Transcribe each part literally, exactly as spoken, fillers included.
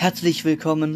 Herzlich willkommen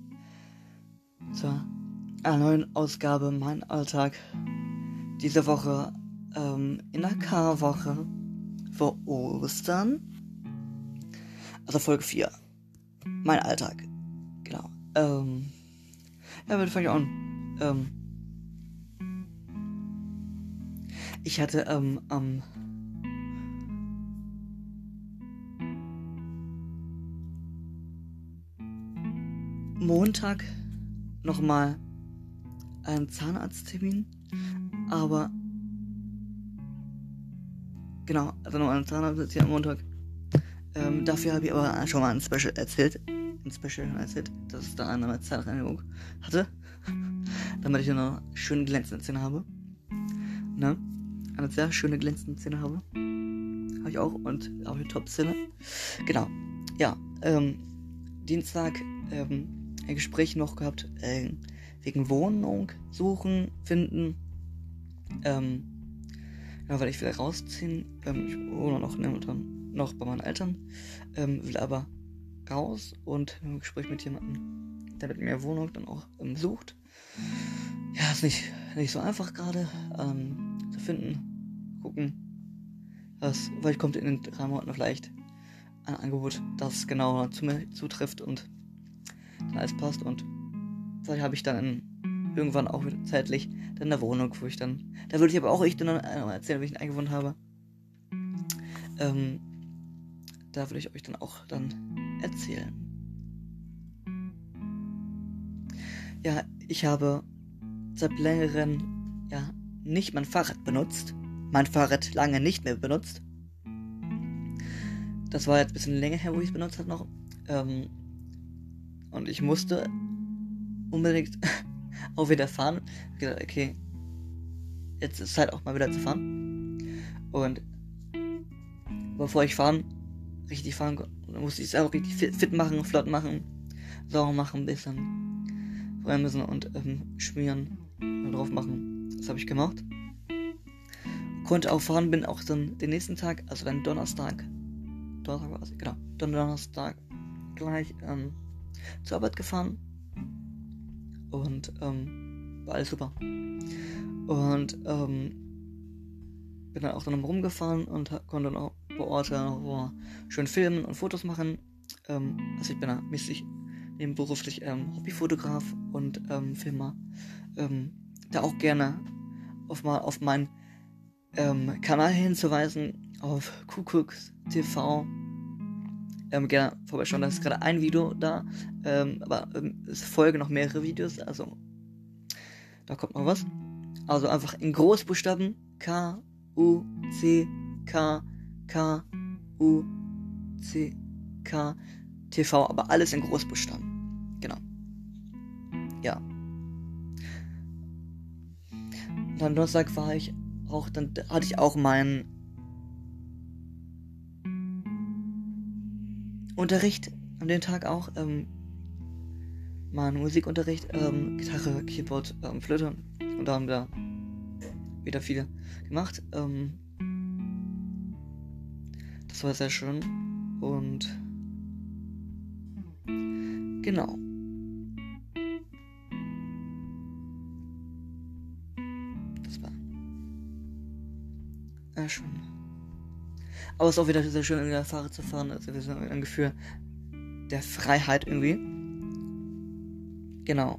zur einer neuen Ausgabe Mein Alltag. Diese Woche ähm, in der Karwoche vor Ostern. Also Folge vier. Mein Alltag. Genau. Ähm, ja, wir fangen an. Ähm, ich hatte ähm, am Montag nochmal einen Zahnarzttermin, aber genau, also nochmal einen Zahnarzttermin am Montag. Ähm, dafür habe ich aber schon mal ein Special erzählt, ein Special erzählt, dass ich dann eine Zahnreinigung hatte, damit ich noch schöne glänzende Zähne habe, ne, eine sehr schöne glänzende Zähne habe, habe ich auch und auch die Top-Zähne, genau, ja, ähm, Dienstag, ähm, ein Gespräch noch gehabt, äh, wegen Wohnung suchen, finden, ähm, ja, weil ich will rausziehen, ähm, ich wohne noch, ne, dann noch bei meinen Eltern, ähm, will aber raus und im Gespräch mit jemandem, der mit mir Wohnung dann auch ähm, sucht. Ja, ist nicht, nicht so einfach gerade, ähm, zu finden, gucken, was, vielleicht kommt in den drei Monaten vielleicht ein Angebot, das genau zu mir zutrifft und dann alles passt und vielleicht habe ich dann in, irgendwann auch wieder zeitlich dann eine Wohnung, wo ich dann, da würde ich aber auch ich dann erzählen, wie ich ihn eingewohnt habe. Ähm, da würde ich euch dann auch dann erzählen. Ja, ich habe seit längerem ja nicht mein Fahrrad benutzt, mein Fahrrad lange nicht mehr benutzt. Das war jetzt ein bisschen länger her, wo ich es benutzt habe noch. Ähm, und ich musste unbedingt auch wieder fahren. Ich gedacht, okay, jetzt ist Zeit auch mal wieder zu fahren. Und bevor ich fahren, richtig fahren konnte, musste ich es auch richtig fit, fit machen, flott machen, sauber machen, ein bisschen bremsen und ähm, schmieren und drauf machen. Das habe ich gemacht. Konnte auch fahren, bin auch dann den nächsten Tag, also dann Donnerstag, Donnerstag war es, genau, dann Donnerstag gleich ähm, zur Arbeit gefahren. Und ähm, war alles super. Und ähm, bin dann auch dann rumgefahren und ha- konnte dann auch bei Ort noch schön filmen und Fotos machen. Ähm, also ich bin da mäßig nebenberuflich ähm, Hobbyfotograf und ähm, Filmer. Ähm, da auch gerne auf mal auf meinen ähm, Kanal hinzuweisen, auf Kuckucks T V. Ähm, gerne vorbeischauen, da ist gerade ein Video da, ähm, aber ähm, es folgen noch mehrere Videos, also da kommt noch was. Also einfach in Großbuchstaben K U C K K U C K T V, aber alles in Großbuchstaben. Genau. Ja. Und am Donnerstag war ich auch, dann hatte ich auch meinen Unterricht an dem Tag auch, ähm, meinen Musikunterricht, ähm, Gitarre, Keyboard, ähm, Flöte und da haben wir wieder viel gemacht. Ähm, das war sehr schön und genau. Das war äh, schön. Aber es ist auch wieder sehr schön, in der Fahrrad zu fahren. Also wir sind ein Gefühl der Freiheit irgendwie. Genau.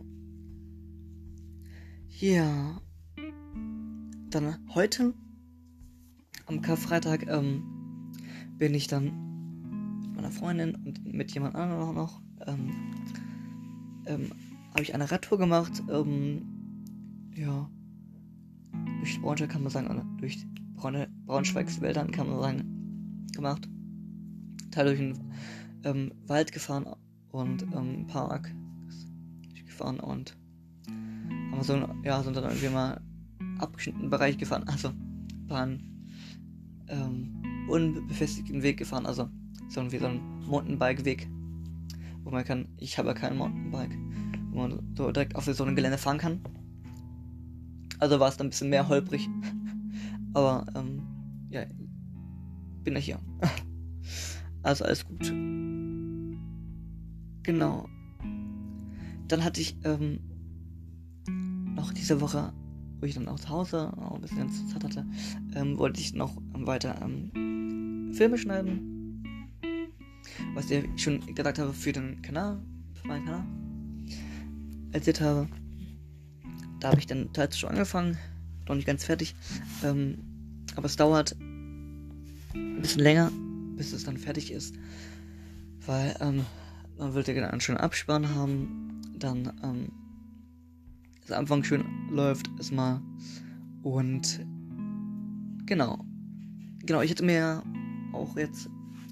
Ja. Dann heute am Karfreitag ähm, bin ich dann mit meiner Freundin und mit jemand anderem auch noch ähm, ähm, habe ich eine Radtour gemacht. Ähm, ja. Durch Braunschweig kann man sagen, oder durch Braun- Braunschweigs Wäldern kann man sagen, gemacht. Teil durch den ähm, Wald gefahren und ähm, Park gefahren und haben wir so, ja, sind dann irgendwie mal abgeschnittenen Bereich gefahren, also waren ähm, unbefestigten Weg gefahren, also so wie so ein Mountainbike-Weg, wo man kann, ich habe ja kein Mountainbike, wo man so direkt auf so einem Gelände fahren kann. Also war es dann ein bisschen mehr holprig, aber ähm, ja, bin ja hier. Also alles gut. genau. Dann hatte ich ähm, noch diese Woche, wo ich dann auch zu Hause auch ein bisschen Zeit hatte, ähm, wollte ich noch weiter ähm, Filme schneiden. Was ich schon gesagt habe für den Kanal, für meinen Kanal, erzählt habe. Da habe ich dann teils schon angefangen, noch nicht ganz fertig. Ähm, aber es dauert ein bisschen länger, bis es dann fertig ist. Weil ähm, man will ja einen schönen Abspann haben. Dann ähm, das Anfang schön läuft erstmal. Und genau. Genau, ich hätte mir auch jetzt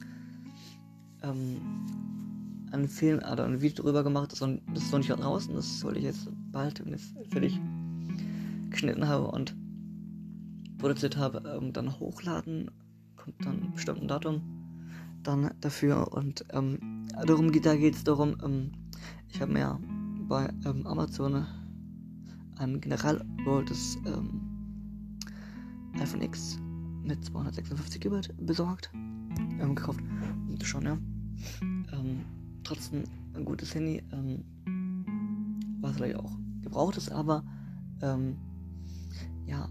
ähm, einen Film oder ein Video drüber gemacht. Das ist noch nicht draußen. Das sollte ich jetzt bald, wenn ich es fertig geschnitten habe und produziert habe, ähm, dann hochladen. Kommt dann ein bestimmtes Datum dann dafür. Und ähm, darum geht, da geht es darum, ähm, ich habe mir bei ähm, Amazon ein generalgebautes ähm, iPhone X mit zweihundertsechsundfünfzig Gigabyte besorgt, ähm, gekauft. Und schon, ja. Ähm, trotzdem ein gutes Handy, ähm, was vielleicht auch gebraucht ist, aber ähm, ja,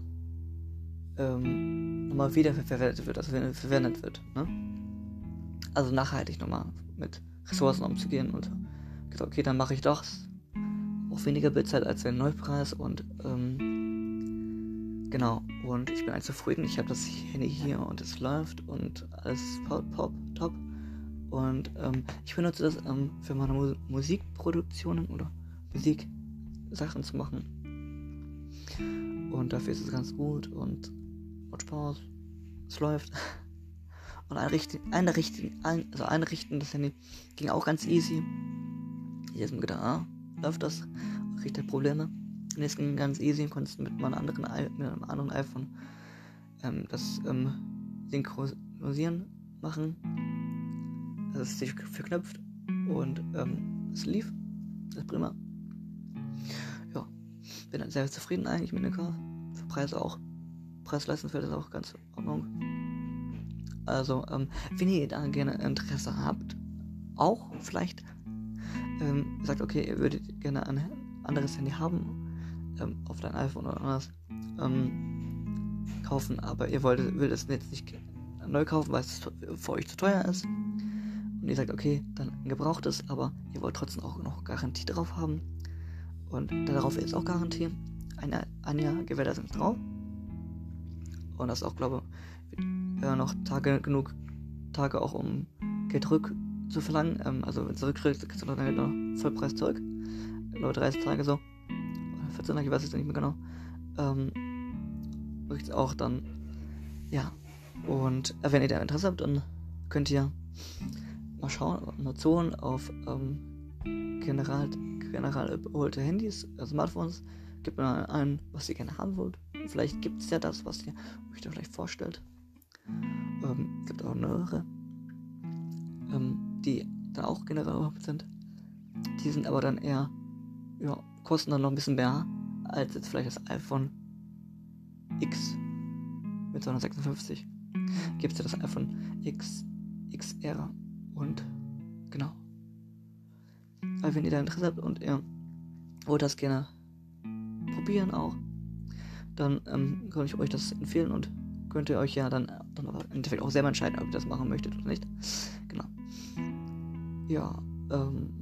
ähm, nochmal wiederverwertet wird, also verwendet wird, ne? Also nachhaltig nochmal mit Ressourcen umzugehen und gesagt, okay, dann mache ich doch auch weniger Bildzeit als der Neupreis und ähm, genau, und ich bin eigentlich zufrieden, ich habe das Handy hier und es läuft und alles pop, pop, top und ähm, ich benutze das ähm, für meine Mu- Musikproduktionen oder Musiksachen zu machen und dafür ist es ganz gut und macht Spaß, es läuft. Und einrichten, einrichten, ein, also einrichten das Handy ging auch ganz easy. Ich habe mir gedacht, ah, läuft das? Kriegt er Probleme? Und es ging ganz easy, konntest mit meinem anderen, mit einem anderen iPhone ähm, das ähm, Synchronisieren machen. Also es ist sich verknüpft und ähm, es lief. Das ist prima. Ja, bin dann sehr zufrieden eigentlich mit dem Kauf. Für Preise auch. Preis-Leistungsfeld ist auch ganz in Ordnung. Also, ähm, wenn ihr da gerne Interesse habt, auch vielleicht ähm, sagt, okay, ihr würdet gerne ein anderes Handy haben, ähm, auf dein iPhone oder anders ähm, kaufen, aber ihr wollt, will es jetzt nicht neu kaufen, weil es für euch zu teuer ist. Und ihr sagt, okay, dann gebraucht es, aber ihr wollt trotzdem auch noch Garantie drauf haben. Und darauf ist auch Garantie. Ein, ein Jahr gewährt das nicht drauf. Und das auch, glaube ich, äh, noch Tage genug Tage auch, um Geld zurück zu verlangen. Ähm, also wenn du zurückkriegst, kriegst du noch dann Vollpreis zurück. Nur dreißig Tage so. Oder vierzehn Tage, ich weiß es nicht mehr genau. Ähm, kriegst auch dann, ja. Und äh, wenn ihr da Interesse habt, dann könnt ihr mal schauen, Amazon auf ähm, general, general überholte Handys, äh, Smartphones. Gebt mal ein, was ihr gerne haben wollt. Vielleicht gibt es ja das, was ihr euch da vielleicht vorstellt. Ähm, gibt auch neuere, ähm, die dann auch generell überhaupt sind. Die sind aber dann eher, ja, kosten dann noch ein bisschen mehr als jetzt vielleicht das iPhone X mit zweihundertsechsundfünfzig. Gibt es ja das iPhone X, X R und genau. Aber wenn ihr da Interesse habt und ihr wollt das gerne probieren auch, dann ähm, kann ich euch das empfehlen und könnt ihr euch ja dann, dann aber im Endeffekt auch selber entscheiden, ob ihr das machen möchtet oder nicht. Genau. Ja, ähm.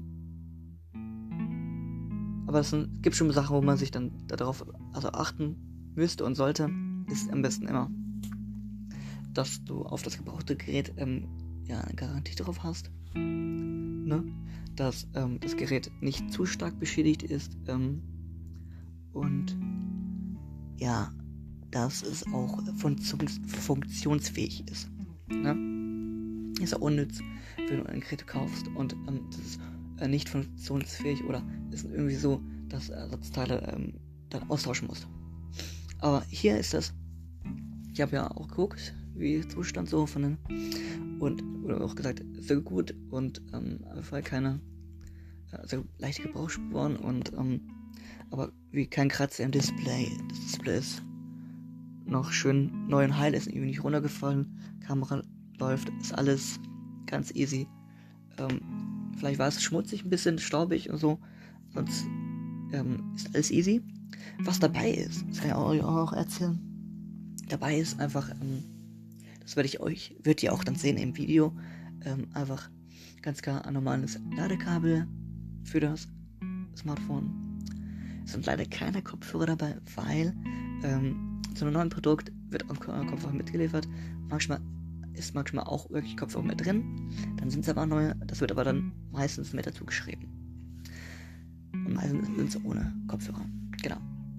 Aber es sind, gibt schon Sachen, wo man sich dann darauf also achten müsste und sollte. Ist am besten immer, dass du auf das gebrauchte Gerät ähm, ja, eine Garantie drauf hast. Ne? Dass ähm, das Gerät nicht zu stark beschädigt ist. Ähm, und ja, dass es auch funktions- funktionsfähig ist. Ne? Ist auch unnütz, wenn du ein Gerät kaufst und ähm, das ist äh, nicht funktionsfähig oder ist irgendwie so, dass Ersatzteile ähm, dann austauschen musst. Aber hier ist das, ich habe ja auch geguckt, wie der Zustand so von den, und wurde auch gesagt, sehr gut und ähm, einfach keine äh, sehr leichte Gebrauchsspuren und ähm, aber wie kein Kratzer im Display. Das Display ist noch schön neu und heil, ist irgendwie nicht runtergefallen. Kamera läuft, ist alles ganz easy. Ähm, Vielleicht war es schmutzig, ein bisschen staubig und so. Sonst ähm, ist alles easy. Was dabei ist, das kann ich euch auch noch erzählen. Dabei ist einfach, ähm, das werde ich euch, wird ihr auch dann sehen im Video, ähm, einfach ganz klar ein normales Ladekabel für das Smartphone. Es sind leider keine Kopfhörer dabei, weil ähm, zu einem neuen Produkt wird auch Kopfhörer mitgeliefert. Manchmal ist manchmal auch wirklich Kopfhörer mit drin. Dann sind es aber neue, das wird aber dann meistens mit dazu geschrieben. Und meistens sind es ohne Kopfhörer. Genau.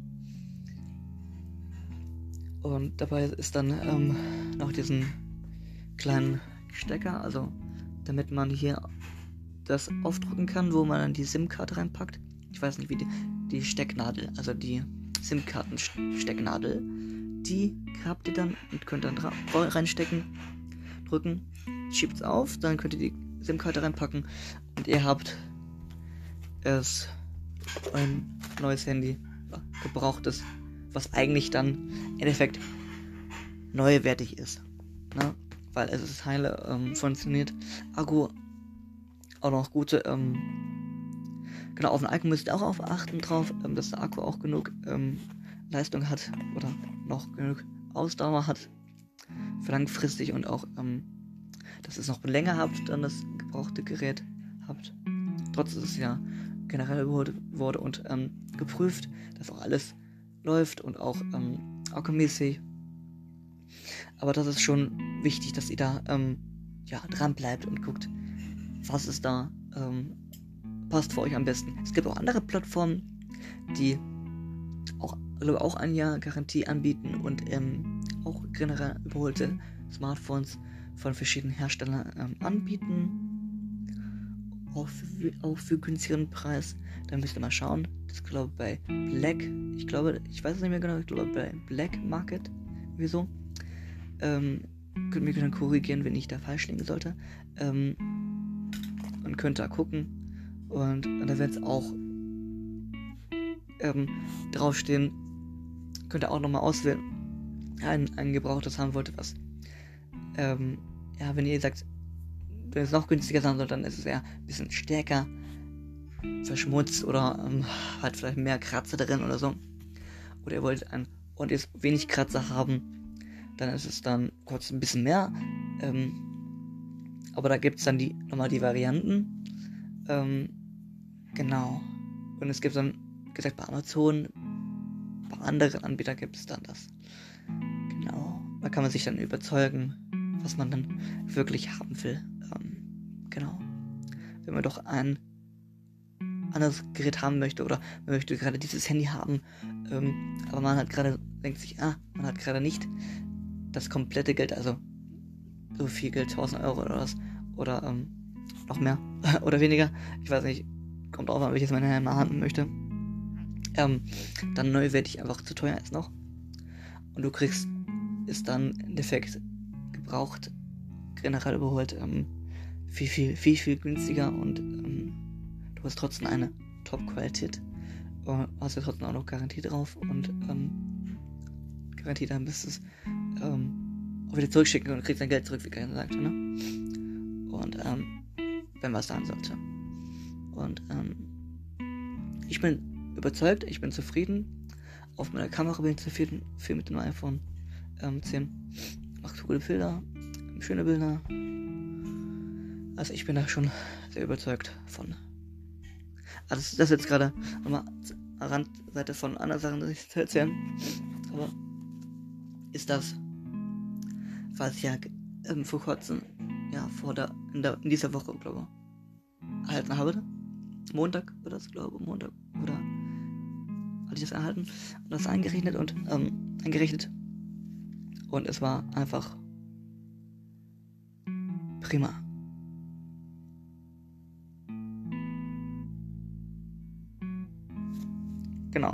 Und dabei ist dann ähm, noch diesen kleinen Stecker, also damit man hier das aufdrücken kann, wo man dann die SIM-Karte reinpackt. Ich weiß nicht, wie die, die Stecknadel, also die SIM-Karten-Stecknadel, die habt ihr dann und könnt dann dra- reinstecken, drücken, schiebt's auf, dann könnt ihr die SIM-Karte reinpacken und ihr habt es ein neues Handy, gebrauchtes, was eigentlich dann im Endeffekt neuwertig ist, ne? Weil es ist heile, ähm, funktioniert, Akku auch noch gute, ähm, genau, auf den Akku müsst ihr auch auf achten drauf, ähm, dass der Akku auch genug ähm, Leistung hat oder noch genug Ausdauer hat für langfristig und auch, ähm, dass ihr es noch länger habt, dann das gebrauchte Gerät habt. Trotz ist es ja generell wurde, wurde und ähm, geprüft, dass auch alles läuft und auch ähm, akkumäßig. Aber das ist schon wichtig, dass ihr da ähm, ja, dran bleibt und guckt, was ist da ähm, passt für euch am besten. Es gibt auch andere Plattformen, die auch, glaube auch ein Jahr Garantie anbieten und ähm, auch generell überholte Smartphones von verschiedenen Herstellern ähm, anbieten. Auch für, auch für günstigeren Preis. Da müsst ihr mal schauen. Das glaube bei Black, ich glaube, ich weiß es nicht mehr genau, ich glaube bei Black Market, wieso? Ähm, könnt mich dann korrigieren, wenn ich da falsch liegen sollte. Ähm, und könnt da gucken. Und, und da wird es auch ähm, draufstehen. Könnt ihr auch nochmal auswählen, ein, ein gebrauchtes haben wollt, was ähm, ja, wenn ihr sagt, wenn es noch günstiger sein soll, dann ist es eher ein bisschen stärker verschmutzt oder ähm, hat vielleicht mehr Kratzer drin oder so. Oder ihr wollt ein und jetzt wenig Kratzer haben, dann ist es dann kurz ein bisschen mehr. Ähm, aber da gibt es dann die nochmal die Varianten. Ähm, genau. Und es gibt dann, wie gesagt, bei Amazon, bei anderen Anbietern gibt es dann das. Genau. Da kann man sich dann überzeugen, was man dann wirklich haben will. Ähm, genau. Wenn man doch ein anderes Gerät haben möchte oder man möchte gerade dieses Handy haben, ähm, aber man hat gerade, denkt sich, ah, man hat gerade nicht das komplette Geld, also so viel Geld, tausend Euro oder was, oder ähm, noch mehr oder weniger, ich weiß nicht, kommt drauf an, welches man in haben möchte, ähm, dann neuwertig einfach zu teuer ist noch und du kriegst, ist dann im Endeffekt gebraucht, generell überholt, ähm, viel, viel, viel, viel günstiger und ähm, du hast trotzdem eine Top-Qualität, äh, hast ja trotzdem auch noch Garantie drauf und ähm, Garantie, dann bist du es ähm, auch wieder zurückschicken und kriegst dein Geld zurück, wie Karin sagte, ne? Und ähm, wenn was sein sollte. Und ähm, ich bin überzeugt, ich bin zufrieden. Auf meiner Kamera bin ich zufrieden, viel mit dem iPhone ähm, zehn. Macht gute Bilder, schöne Bilder. Also ich bin da schon sehr überzeugt von. Also das ist jetzt gerade nochmal Randseite von anderen Sachen, die ich zu erzählen. Aber ist das, was ich ja ähm, vor kurzem, ja, vor der, in, der, in dieser Woche, glaube ich, erhalten habe. Montag war das, glaube ich, Montag, oder hatte ich das erhalten und das eingerechnet und ähm, eingerechnet und es war einfach prima. Genau.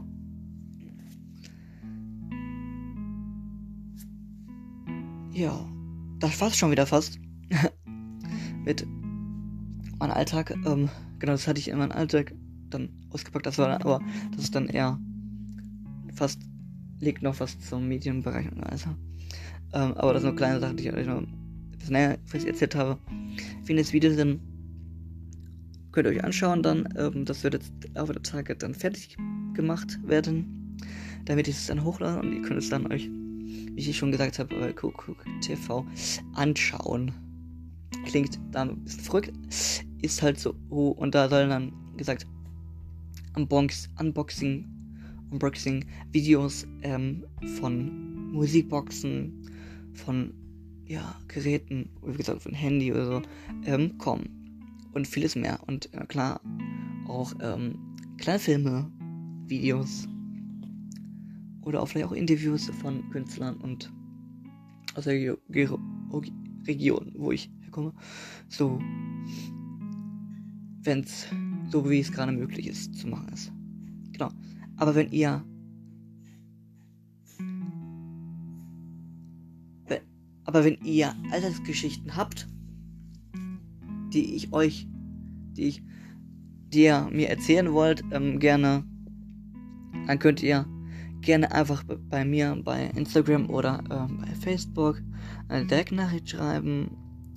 Ja, das war's schon wieder fast mit meinem Alltag. Ähm, genau, das hatte ich in meinem Alltag dann ausgepackt. Das war dann, aber das ist dann eher fast, liegt noch was zum Medienbereich und also. Ähm, aber das sind nur kleine Sachen, die ich euch noch etwas näher erzählt habe. Wenn das Video dann könnt ihr euch anschauen dann. Ähm, das wird jetzt auf der Tage dann fertig gemacht werden, damit ich es dann hochlade und ihr könnt es dann euch, wie ich schon gesagt habe, bei Kuckuck T V anschauen. Klingt dann ein bisschen verrückt, ist halt so, oh, und da sollen dann gesagt Unbox, Unboxing, Unboxing Videos ähm, von Musikboxen, von ja, Geräten, wie gesagt, von Handy oder so, ähm, kommen. Und vieles mehr. Und äh, klar, auch ähm, Kleinfilme, Videos oder auch vielleicht auch Interviews von Künstlern und aus der Ge- Ge- Region, wo ich herkomme. So, wenn's so wie es gerade möglich ist zu machen ist. Genau. Aber wenn ihr wenn, aber wenn ihr Alltagsgeschichten habt, die ich euch, die ich, die ihr mir erzählen wollt, ähm, gerne, dann könnt ihr gerne einfach bei mir bei Instagram oder ähm, bei Facebook eine Direktnachricht schreiben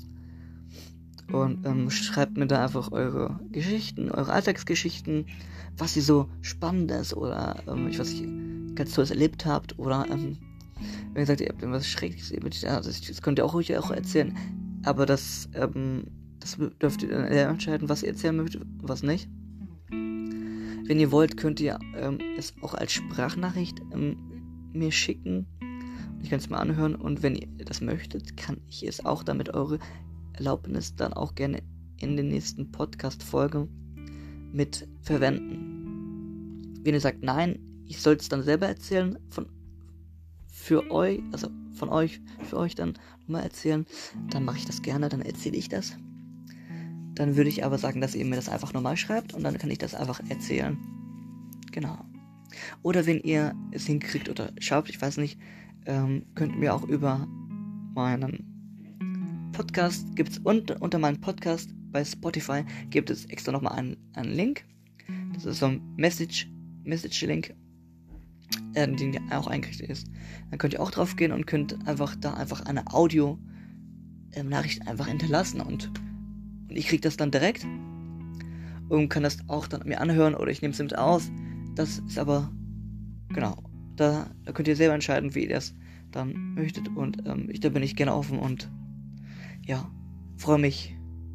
und ähm, schreibt mir da einfach eure Geschichten, eure Alltagsgeschichten, was ihr so Spannendes oder ähm, ich weiß nicht, ganz Tolles erlebt habt oder ähm, wenn ihr sagt, ihr habt irgendwas Schreckliches erlebt, ja, das, das könnt ihr auch ruhig auch erzählen, aber das, ähm, das dürft ihr dann entscheiden, was ihr erzählen möchtet und was nicht. Wenn ihr wollt, könnt ihr ähm, es auch als Sprachnachricht ähm, mir schicken. Ich kann es mal anhören und wenn ihr das möchtet, kann ich es auch damit eure Erlaubnis dann auch gerne in den nächsten Podcast-Folgen mit verwenden. Wenn ihr sagt, nein, ich soll es dann selber erzählen, von für euch, also von euch, für euch dann nochmal erzählen, dann mache ich das gerne, dann erzähle ich das. Dann würde ich aber sagen, dass ihr mir das einfach normal schreibt und dann kann ich das einfach erzählen. Genau. Oder wenn ihr es hinkriegt oder schafft, ich weiß nicht, ähm, könnt ihr mir auch über meinen Podcast, gibt es unter, unter meinem Podcast bei Spotify, gibt es extra nochmal einen, einen Link. Das ist so ein Message, Message-Link, äh, den ja auch eingerichtet ist. Dann könnt ihr auch drauf gehen und könnt einfach da einfach eine Audio-Nachricht ähm, einfach hinterlassen und Und ich kriege das dann direkt und kann das auch dann mir anhören oder ich nehme es mit auf. Das ist aber, genau, da, da könnt ihr selber entscheiden, wie ihr das dann möchtet. Und ähm, ich, da bin ich gerne offen und ja, freue mich.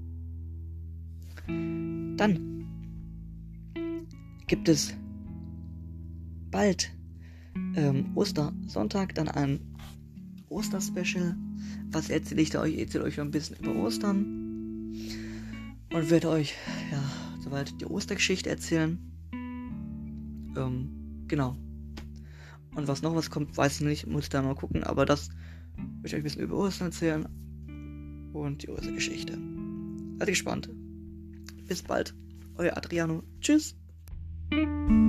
Dann gibt es bald ähm, Ostersonntag, dann ein Osterspecial. Was erzähle ich da euch? Ich erzähle euch ein bisschen über Ostern. Und werde euch, ja, soweit die Ostergeschichte erzählen. Ähm, genau. Und was noch was kommt, weiß ich nicht, muss ich da mal gucken. Aber das will ich euch ein bisschen über Ostern erzählen. Und die Ostergeschichte. Seid gespannt. Bis bald. Euer Adriano. Tschüss.